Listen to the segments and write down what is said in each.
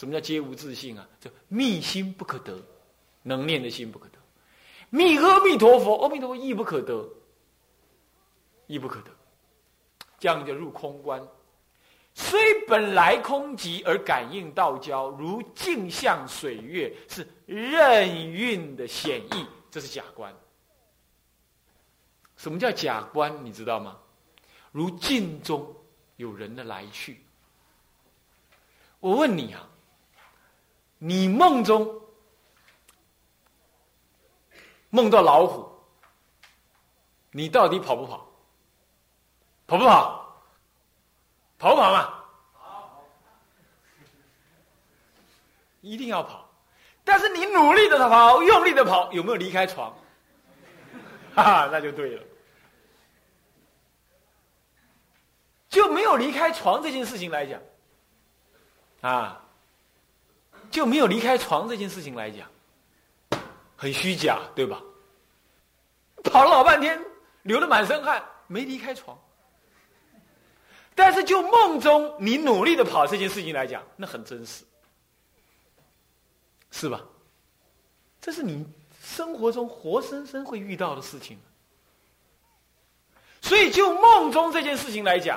什么叫皆无自性啊？这密心不可得，能念的心不可得。密阿弥陀佛，阿弥陀佛亦不可得，亦不可得。这样就入空观。虽本来空寂而感应道交，如镜像水月，是任运的显意，这是假观。什么叫假观？你知道吗？如镜中有人的来去。我问你啊，你梦中梦到老虎，你到底跑不跑？跑不跑？跑不跑嘛？一定要跑。但是你努力的跑，用力的跑，有没有离开床？哈哈，那就对了。就没有离开床这件事情来讲，就没有离开床这件事情来讲，很虚假，对吧？跑了老半天，流了满身汗，没离开床。但是就梦中你努力的跑这件事情来讲，那很真实，是吧？这是你生活中活生生会遇到的事情。所以就梦中这件事情来讲，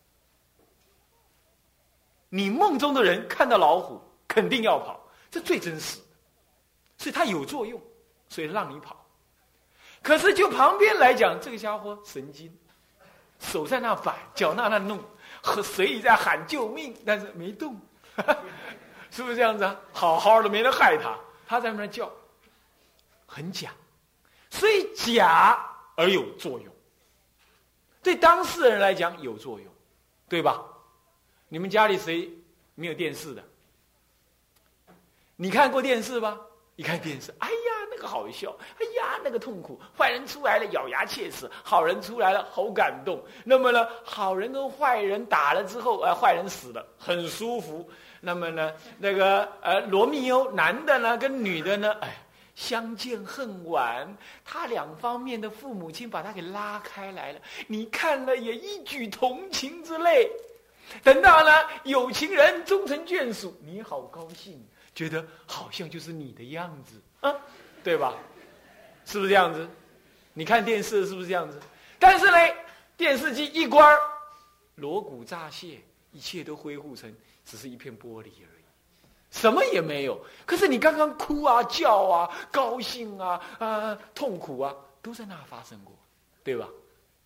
你梦中的人看到老虎肯定要跑，这最真实，所以它有作用，所以让你跑。可是就旁边来讲，这个家伙神经，手在那摆，脚那弄，和嘴里在喊救命，但是没动，是不是这样子啊？好好的没人害他，他在那边叫，很假，所以假而有作用。对当事人来讲有作用，对吧？你们家里谁没有电视的？你看过电视吧？一看电视，哎呀，那个好笑，哎呀，那个痛苦，坏人出来了咬牙切齿，好人出来了好感动。那么呢，好人跟坏人打了之后，坏人死了，很舒服。那么呢，那个罗密欧男的呢跟女的呢，相见恨晚，他两方面的父母亲把他给拉开来了，你看了也一举同情之泪。等到呢有情人终成眷属，你好高兴，觉得好像就是你的样子啊，对吧？是不是这样子？你看电视是不是这样子？但是呢，电视机一关，锣鼓乍泄，一切都恢复成只是一片玻璃而已，什么也没有。可是你刚刚哭啊、叫啊、高兴啊、痛苦啊，都在那发生过，对吧？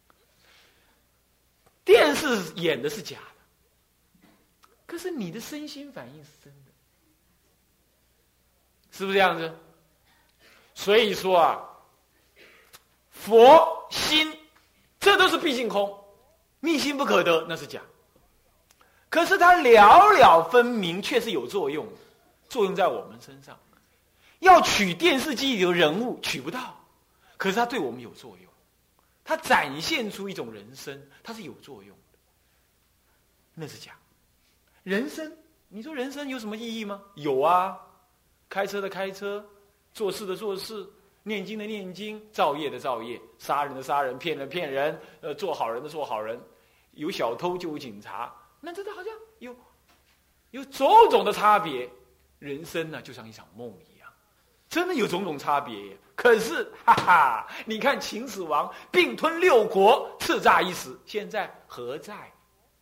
电视演的是假的，可是你的身心反应是真的，是不是这样子？所以说啊，佛心这都是毕竟空，密心不可得，那是假。可是它了了分明，却是有作用的，作用在我们身上。要取电视机里的人物取不到，可是它对我们有作用，它展现出一种人生，它是有作用的，那是假。人生，你说人生有什么意义吗？有啊，开车的开车，做事的做事，念经的念经，造业的造业，杀人的杀人，骗人的骗人，做好人的做好人，有小偷就有警察，那这好像有种种的差别。人生呢，就像一场梦一样，真的有种种差别。可是，哈哈，你看秦始皇并吞6国，叱咤一时，现在何在？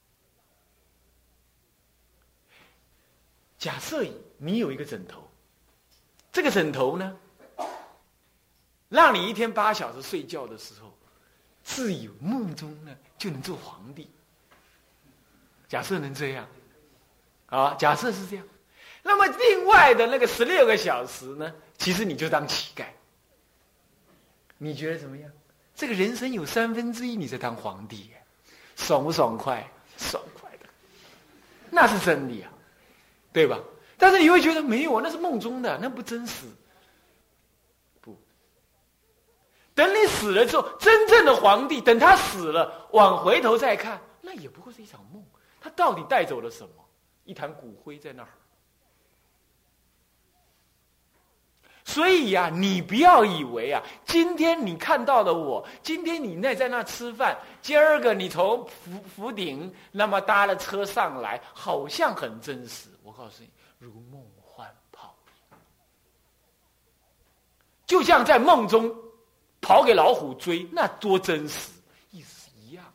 假设你有一个枕头，这个枕头呢，让你一天8小时睡觉的时候，自有梦中呢就能做皇帝。假设能这样，假设是这样，那么另外的那个16个小时呢，其实你就当乞丐。你觉得怎么样？这个人生有1/3你在当皇帝，爽不爽快？爽快的，那是真理啊。对吧？但是你会觉得没有，那是梦中的，那不真实。不，等你死了之后，真正的皇帝，等他死了，往回头再看，那也不过是一场梦。他到底带走了什么？一坛骨灰在那儿。所以呀，你不要以为啊，今天你看到了我，今天你在那吃饭，今儿个你从福鼎那么搭了车上来，好像很真实。我告诉你， 如梦幻泡影。就像在梦中跑给老虎追，那多真实，意思一样。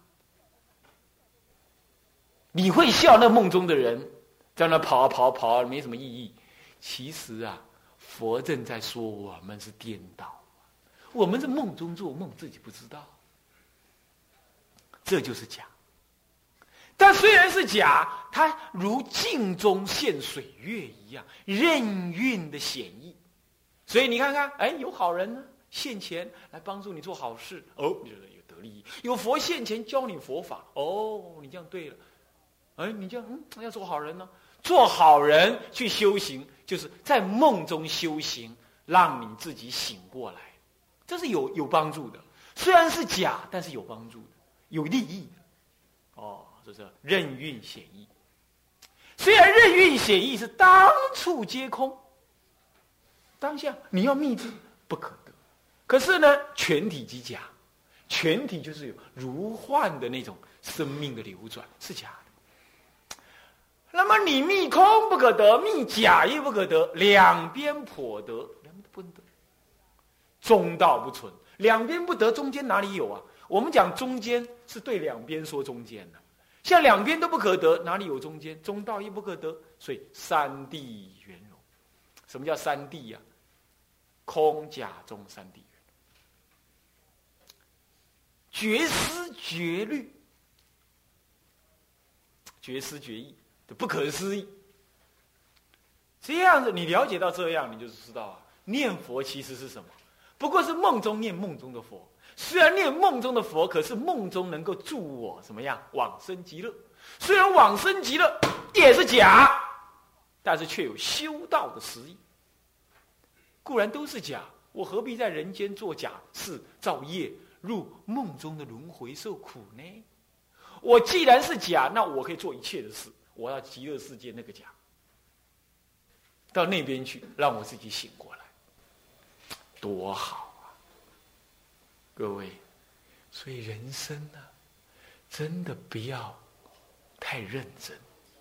你会笑那梦中的人在那跑啊跑啊跑啊，没什么意义。其实啊，佛正在说我们是颠倒，我们是梦中做梦，自己不知道，这就是假。但虽然是假，它如镜中现水月一样，任运的显意。所以你看看，哎，有好人呢，现前来帮助你做好事，哦，你就有得利益；有佛现前教你佛法，哦，你这样对了，哎，你这样要做好人呢，做好人去修行，就是在梦中修行，让你自己醒过来，这是有帮助的。虽然是假，但是有帮助的，有利益的。哦，这是任运显意。虽然任运显意是当处皆空，当下你要密制不可得，可是呢，全体即假，全体就是有如幻的那种生命的流转，是假的。那么你密空不可得，密假亦不可得，两边颇得，两边都不能得，中道不存。两边不得，中间哪里有啊？我们讲中间是对两边说中间的，像两边都不可得，哪里有中间？中道亦不可得，所以三谛圆融。什么叫三谛呀？空假中三谛圆融，绝思绝虑，绝思绝意，不可思议。这样子，你了解到这样，你就知道啊，念佛其实是什么？不过是梦中念梦中的佛。虽然念梦中的佛，可是梦中能够助我怎么样往生极乐？虽然往生极乐也是假，但是却有修道的实意。固然都是假，我何必在人间做假事造业，入梦中的轮回受苦呢？我既然是假，那我可以做一切的事。我要极乐世界那个假，到那边去，让我自己醒过来，多好！各位，所以人生呢，真的不要太认真。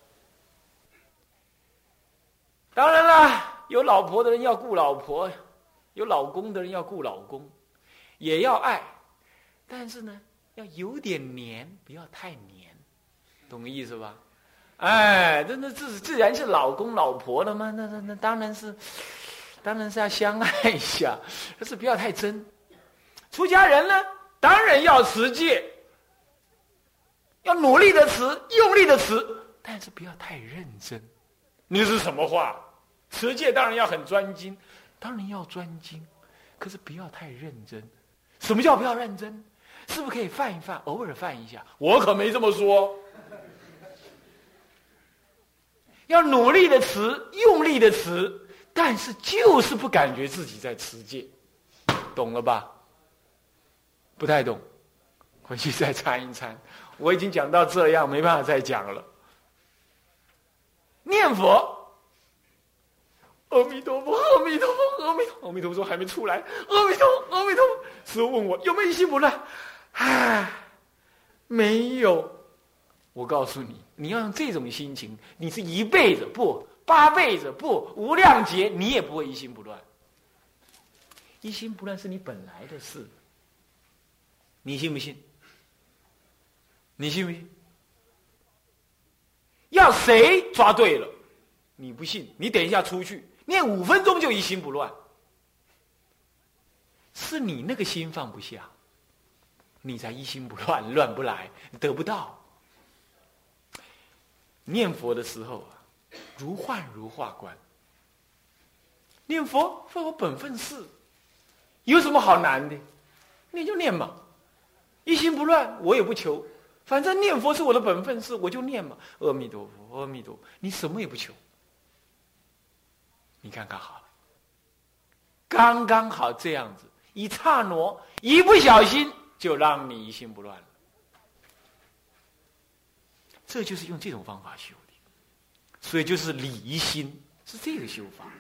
当然啦，有老婆的人要顾老婆，有老公的人要顾老公，也要爱，但是呢，要有点黏，不要太黏，懂意思吧？哎，这自然是老公老婆了吗？那当然是要相爱一下，但是不要太真。出家人呢，当然要持戒，要努力的持，用力的持，但是不要太认真。那是什么话？持戒当然要很专精，当然要专精，可是不要太认真。什么叫不要认真？是不是可以犯一犯，偶尔犯一下？我可没这么说。要努力的持，用力的持，但是就是不感觉自己在持戒，懂了吧？不太懂，回去再参一参。我已经讲到这样，没办法再讲了。念佛，阿弥陀佛，阿弥陀佛，阿弥陀佛，阿弥陀佛说还没出来，阿弥陀佛，阿弥陀佛。师父问我有没有一心不乱，唉，没有。我告诉你，你要用这种心情，你是一辈子不8辈子不无量劫，你也不会一心不乱。一心不乱是你本来的事。你信不信？你信不信？要谁抓对了，你不信，你等一下出去念5分钟就一心不乱，是你那个心放不下，你才一心不乱，乱不来，得不到。念佛的时候啊，如幻如化观。念佛是我本分事，有什么好难的？你就念嘛。一心不乱，我也不求，反正念佛是我的本分事，我就念嘛。阿弥陀佛，阿弥陀佛，你什么也不求，你看看好了，刚刚好这样子，一刹那，一不小心就让你一心不乱了。这就是用这种方法修的，所以就是离心，是这个修法。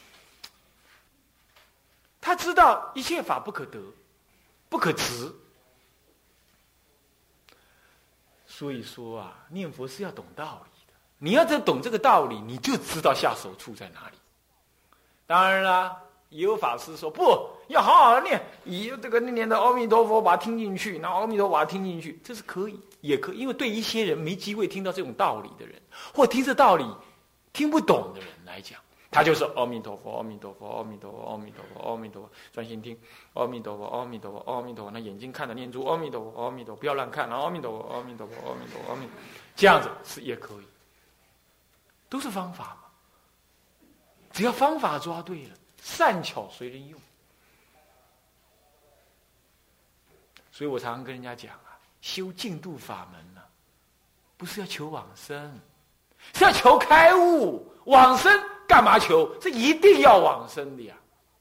他知道一切法不可得，不可执。所以说啊，念佛是要懂道理的。 你要真懂这个道理，你就知道下手处在哪里。当然啦，也有法师说不要好好的念，以这个念的阿弥陀佛把它听进去，然后阿弥陀佛把它听进去，这是可以，也可以，因为对一些人没机会听到这种道理的人，或听这道理听不懂的人来讲，他就是阿弥陀佛，阿弥陀佛，阿弥陀佛，阿弥陀佛，阿弥陀佛，专心听，阿弥陀佛，阿弥陀佛，阿弥陀佛，那眼睛看着念珠，阿弥陀佛，阿弥陀佛，不要乱看，然后阿弥陀佛，阿弥陀佛，阿弥陀佛，阿弥陀佛，这样子是也可以，都是方法嘛。只要方法抓对了，善巧随人用。所以我常常跟人家讲啊，修净土法门啊，不是要求往生，是要求开悟。往生干嘛求？这一定要往生的呀。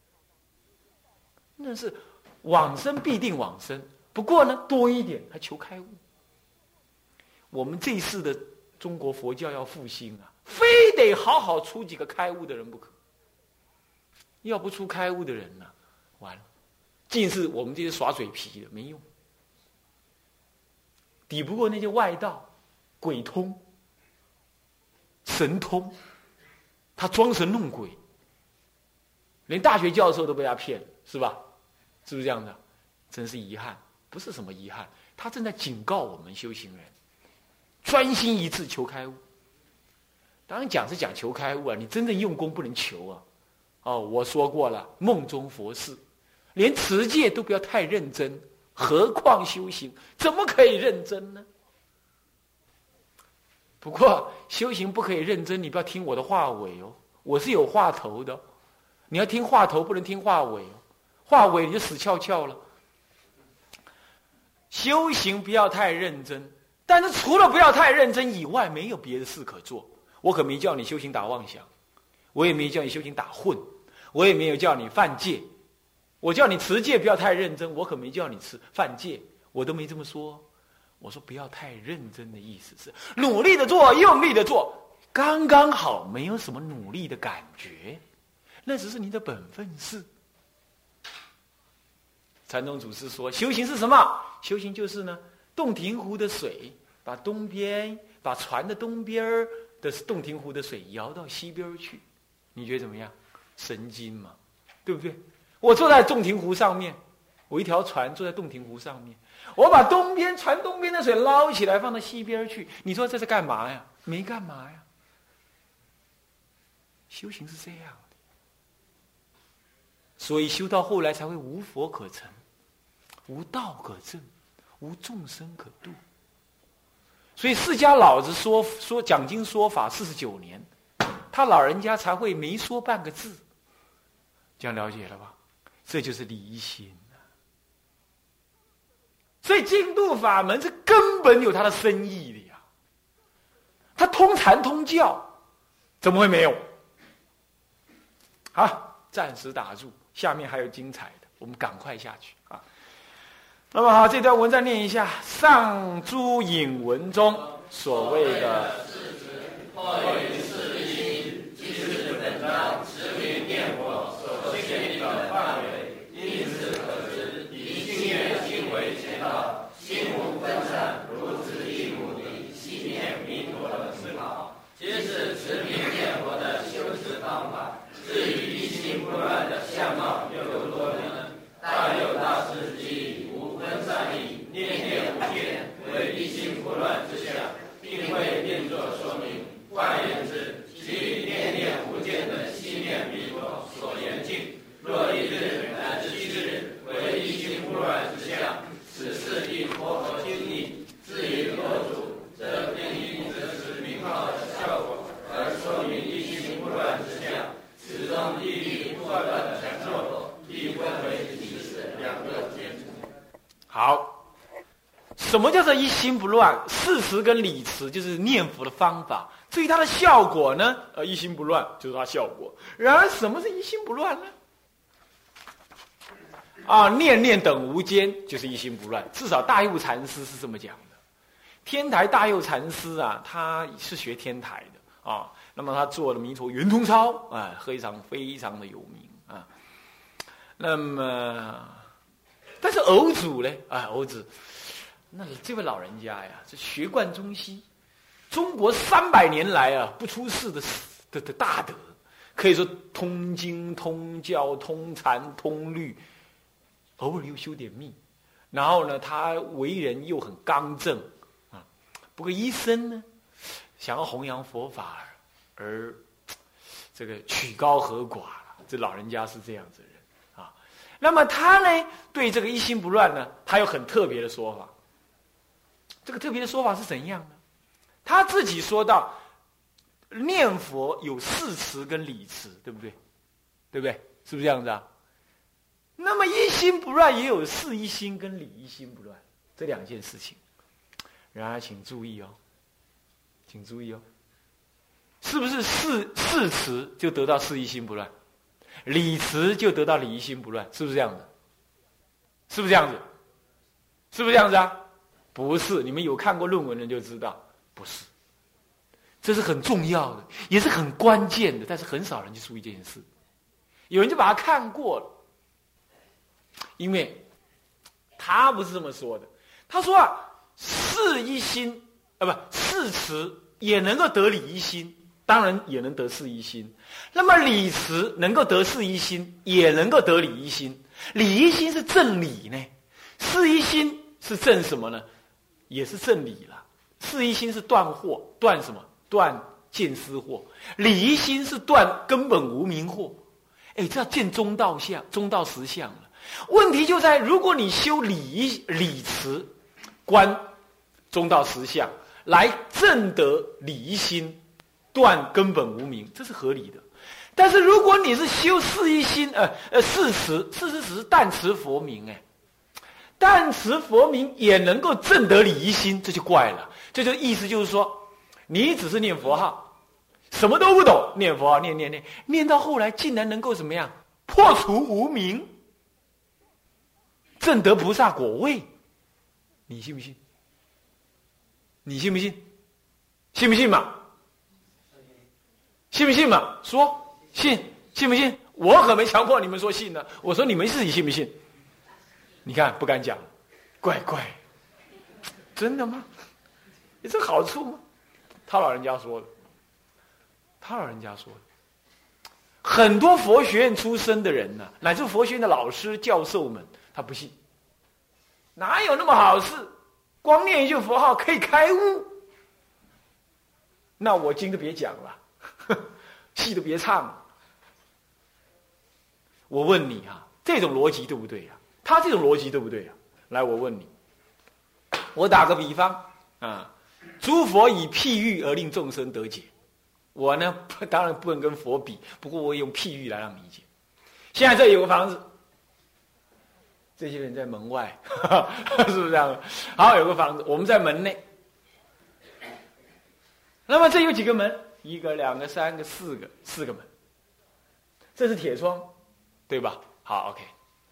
那是往生必定往生，不过呢，多一点还求开悟。我们这一世的中国佛教要复兴啊，非得好好出几个开悟的人不可。要不出开悟的人呢，完了，尽是我们这些耍嘴皮的，没用，抵不过那些外道、鬼通、神通，他装神弄鬼，连大学教授都被他骗了，是吧？是不是这样的？真是遗憾，不是什么遗憾，他正在警告我们修行人，专心一致求开悟。当然讲是讲求开悟啊，你真正用功不能求啊。哦，我说过了，梦中佛事，连持戒都不要太认真，何况修行，怎么可以认真呢？不过修行不可以认真，你不要听我的话尾哦，我是有话头的哦，你要听话头，不能听话尾哦，话尾你就死翘翘了。修行不要太认真，但是除了不要太认真以外，没有别的事可做。我可没叫你修行打妄想，我也没叫你修行打混，我也没有叫你犯戒，我叫你持戒不要太认真，我可没叫你犯戒，我都没这么说。我说不要太认真的意思是努力的做，用力的做，刚刚好，没有什么努力的感觉，那只是你的本分事。禅宗祖师说，修行是什么？修行就是呢，洞庭湖的水，把船的东边的洞庭湖的水摇到西边去，你觉得怎么样？神经嘛，对不对？我坐在洞庭湖上面，我一条船坐在洞庭湖上面，我把船东边的水捞起来放到西边去，你说这是干嘛呀？没干嘛呀。修行是这样的，所以修到后来才会无佛可成，无道可证，无众生可度。所以释迦老子说讲经说法49年，他老人家才会没说半个字，这样了解了吧？这就是离心啊。所以净土法门是根本有它的深意的呀，它通禅通教，怎么会没有？好，暂时打住，下面还有精彩的，我们赶快下去啊。那么好，这段文再念一下。上诸引文中所谓的或于是因，即是本章持名念佛所限定的范围，因此可知，以信愿心为前道，心无分散，如此一目的，悉念弥陀的思考，皆是持名念佛的修持方法。至于一心不乱的相貌又有多呢？大有大师即无分散意，念念无间，为一心不乱之相，并会另作说明。换言之，其与念念无间的心念弥陀所言尽。若一日乃至7日为一心不乱之相，此是一佛和经义。至于佛祖，则并因这是名号的效果而说明一心不乱之相。此中一律不断的讲授，亦分为理事2个阶层。好，什么叫做一心不乱？事实跟理持就是念佛的方法。至于它的效果呢？一心不乱就是它效果。然而，什么是一心不乱呢？念念等无间就是一心不乱。至少大佑禅师是这么讲的。天台大佑禅师啊，他是学天台的啊。那么他做的弥陀圆通操啊，非常非常的有名啊。那么，但是偶主呢？偶子，那这位老人家呀，是学贯中西， 中国300年来啊不出世的大德，可以说通经、通教、通禅、通律，偶尔又修点密。然后呢，他为人又很刚正啊。不过一生呢，想要弘扬佛法而这个曲高和寡了。这老人家是这样子的人啊。那么他呢，对这个一心不乱呢，他有很特别的说法。这个特别的说法是怎样呢？他自己说到，念佛有事持跟理持，对不对？对不对？是不是这样子啊？那么一心不乱也有事一心跟理一心不乱这2件事情。然而请注意哦，请注意哦，是不是事持就得到事一心不乱，理持就得到理一心不乱？是不是这样子？是不是这样子？是不是这样子啊？不是，你们有看过论文的就知道，不是。这是很重要的，也是很关键的，但是很少人去注意这件事。有人就把它看过了。因为他不是这么说的，他说啊，事一心事持也能够得理一心，当然也能得事一心。那么理持能够得事一心，也能够得理一心。理一心是正理呢，事一心是正什么呢？也是正理了。事一心是断惑，断什么？断见思惑。理一心是断根本无明惑。哎，这要见中道相，中道实相了。问题就在，如果你修理持观中道实相，来证得理心，断根本无明，这是合理的。但是如果你是修事一心，事持只是但持佛名，但持佛名也能够证得理一心，这就怪了。这就意思就是说，你只是念佛号，什么都不懂，念佛号念到后来，竟然能够怎么样？破除无明，证得菩萨果位，你信不信？你信不信？信不信嘛？信不信嘛？说信不信？我可没强迫你们说信呢。我说你们自己信不信？你看不敢讲，怪，真的吗？有这好处吗？他老人家说的。很多佛学院出身的人呢，乃至佛学院的老师教授们，他不信，哪有那么好事？光念一句佛号可以开悟？那我经都别讲了，戏都别唱了。我问你啊，这种逻辑对不对啊？他这种逻辑对不对啊？来，我问你，我打个比方啊，诸佛以譬喻而令众生得解。我呢，当然不能跟佛比，不过我用譬喻来让你理解。现在这有个房子，这些人在门外，是不是这样？好，有个房子，我们在门内。那么这有几个门？一个、两个、三个、四个门。这是铁窗，对吧？好 ，OK。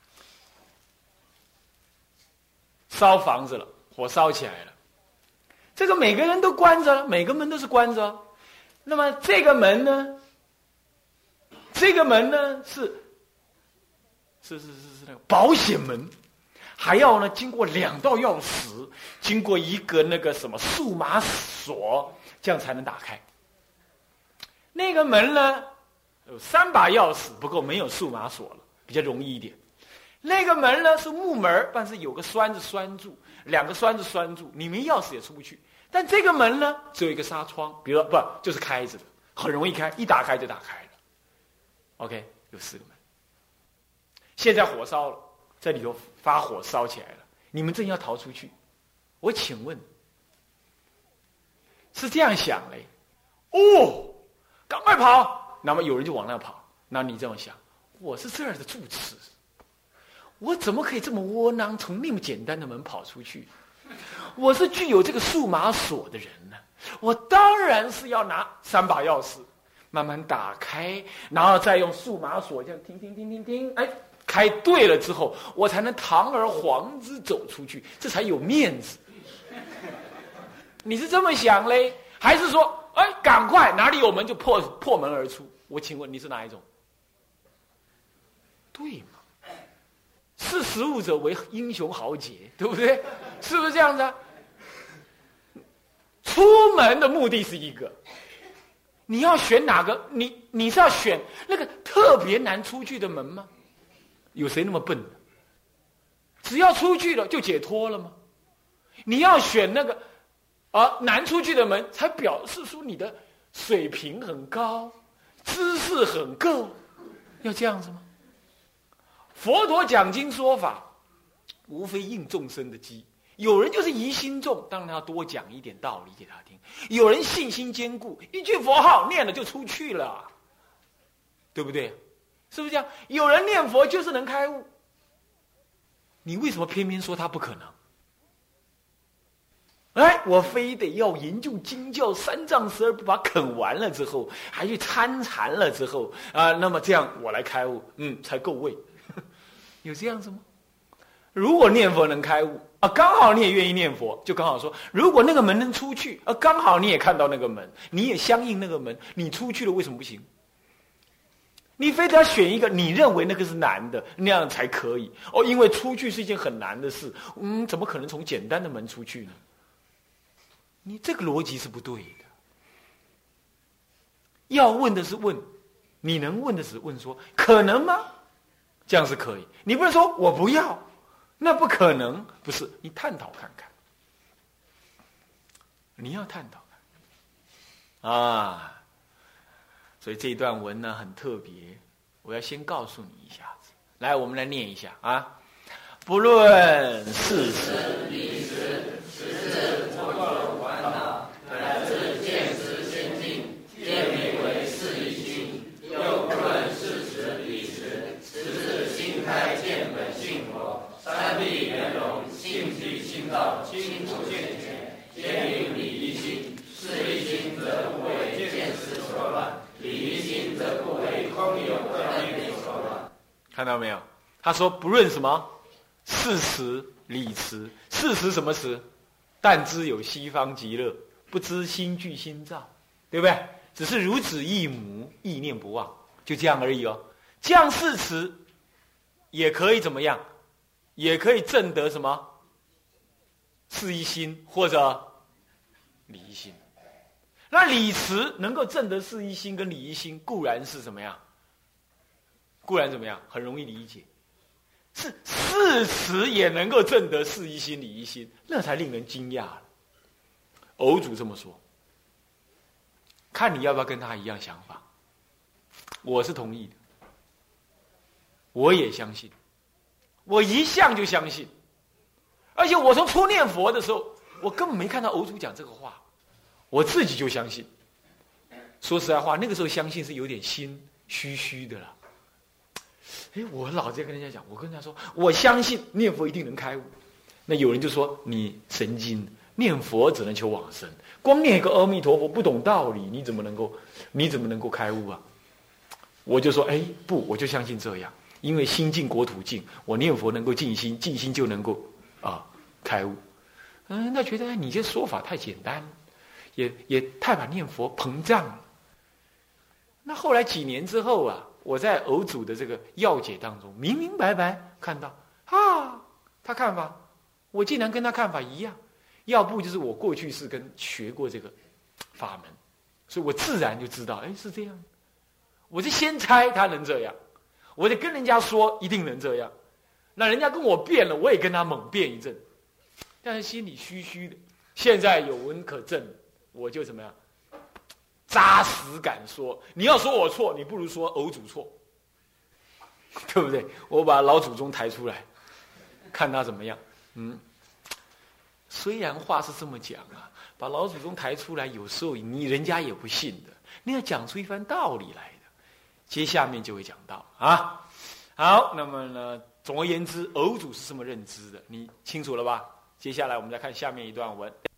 烧房子了，火烧起来了。这个每个人都关着了，每个门都是关着。那么这个门呢？是那个保险门，还要呢经过2道钥匙，经过一个那个什么数码锁，这样才能打开。那个门呢有3把钥匙，不过没有数码锁了，比较容易一点。那个门呢是木门，但是有个栓子栓住，2个栓子栓住，你没钥匙也出不去。但这个门呢，只有一个纱窗，比如说不就是开着的，很容易开，一打开就打开了。OK， 有4个门。现在火烧了，在里头发火烧起来了，你们正要逃出去，我请问，是这样想嘞？哦，赶快跑！那么有人就往那跑，那你这么想，我是这儿的住持，我怎么可以这么窝囊，从那么简单的门跑出去？我是具有这个数码锁的人呢，我当然是要拿3把钥匙慢慢打开，然后再用数码锁这样叮，哎，开对了之后，我才能堂而皇之走出去，这才有面子。你是这么想嘞，还是说，哎，赶快哪里有门就破门而出？我请问你是哪一种？对吗？识时务者为英雄豪杰，对不对？是不是这样子啊？ 出门的目的是一个，你要选哪个？你是要选那个特别难出去的门吗？有谁那么笨？只要出去了就解脱了吗？你要选那个难出去的门，才表示出你的水平很高，知识很够，要这样子吗？佛陀讲经说法，无非应众生的机。有人就是疑心重，当然要多讲一点道理给他听；有人信心坚固，一句佛号念了就出去了，对不对？是不是这样？有人念佛就是能开悟，你为什么偏偏说他不可能？哎，我非得要研究经教三藏十二部，把啃完了之后，还去参禅了之后那么这样我来开悟，才够位。有这样子吗？如果念佛能开悟刚好你也愿意念佛，就刚好说，如果那个门能出去刚好你也看到那个门，你也相应那个门，你出去了为什么不行？你非得要选一个你认为那个是难的，那样才可以因为出去是一件很难的事，怎么可能从简单的门出去呢？你这个逻辑是不对的。要问的是问，你能问的是问说可能吗？这样是可以，你不能说我不要，那不可能，不是，你探讨看看，你要探讨看所以这一段文呢很特别，我要先告诉你一下子。来，我们来念一下不论事实理实，实质所有烦恼，乃至见识心境，皆名为事一心。又不论事实理实，实质心开见本性佛，三谛圆融，性具心道，清楚见全，皆名理一心。事一心则不为见识所乱，理一心则不为空有观念所乱。看到没有？他说不论什么事实理实，事实什么实？但知有西方极乐，不知心具心造，对不对？只是如子一母，意念不忘，就这样而已这样事实也可以怎么样？也可以证得什么？事一心或者理一心。那理实能够证得事一心跟理一心，固然是怎么样？固然怎么样？很容易理解。是事实也能够证得事一心理一心，那才令人惊讶了。偶主这么说，看你要不要跟他一样想法。我是同意的，我也相信，我一向就相信，而且我从初念佛的时候，我根本没看到偶主讲这个话，我自己就相信。说实在话，那个时候相信是有点心虚虚的了。我老在跟人家讲，我跟人家说，我相信念佛一定能开悟。那有人就说你神经，念佛只能求往生，光念一个阿弥陀佛不懂道理，你怎么能够开悟啊？我就说不，我就相信这样，因为心净国土净，我念佛能够静心，静心就能够开悟。那觉得你这说法太简单，也太把念佛膨胀了。那后来几年之后我在偶主的这个要解当中，明明白白看到他看法，我竟然跟他看法一样，要不就是我过去是学过这个法门，所以我自然就知道，是这样。我就先猜他能这样，我就跟人家说一定能这样，那人家跟我辩了，我也跟他猛辩一阵，但是心里虚虚的。现在有文可证，我就怎么样？扎实敢说，你要说我错，你不如说偶主错，对不对？我把老祖宗抬出来，看他怎么样。虽然话是这么讲把老祖宗抬出来，有时候人家也不信的，你要讲出一番道理来的。接下面就会讲到好，那么呢，总而言之，偶主是这么认知的，你清楚了吧？接下来我们再看下面一段文。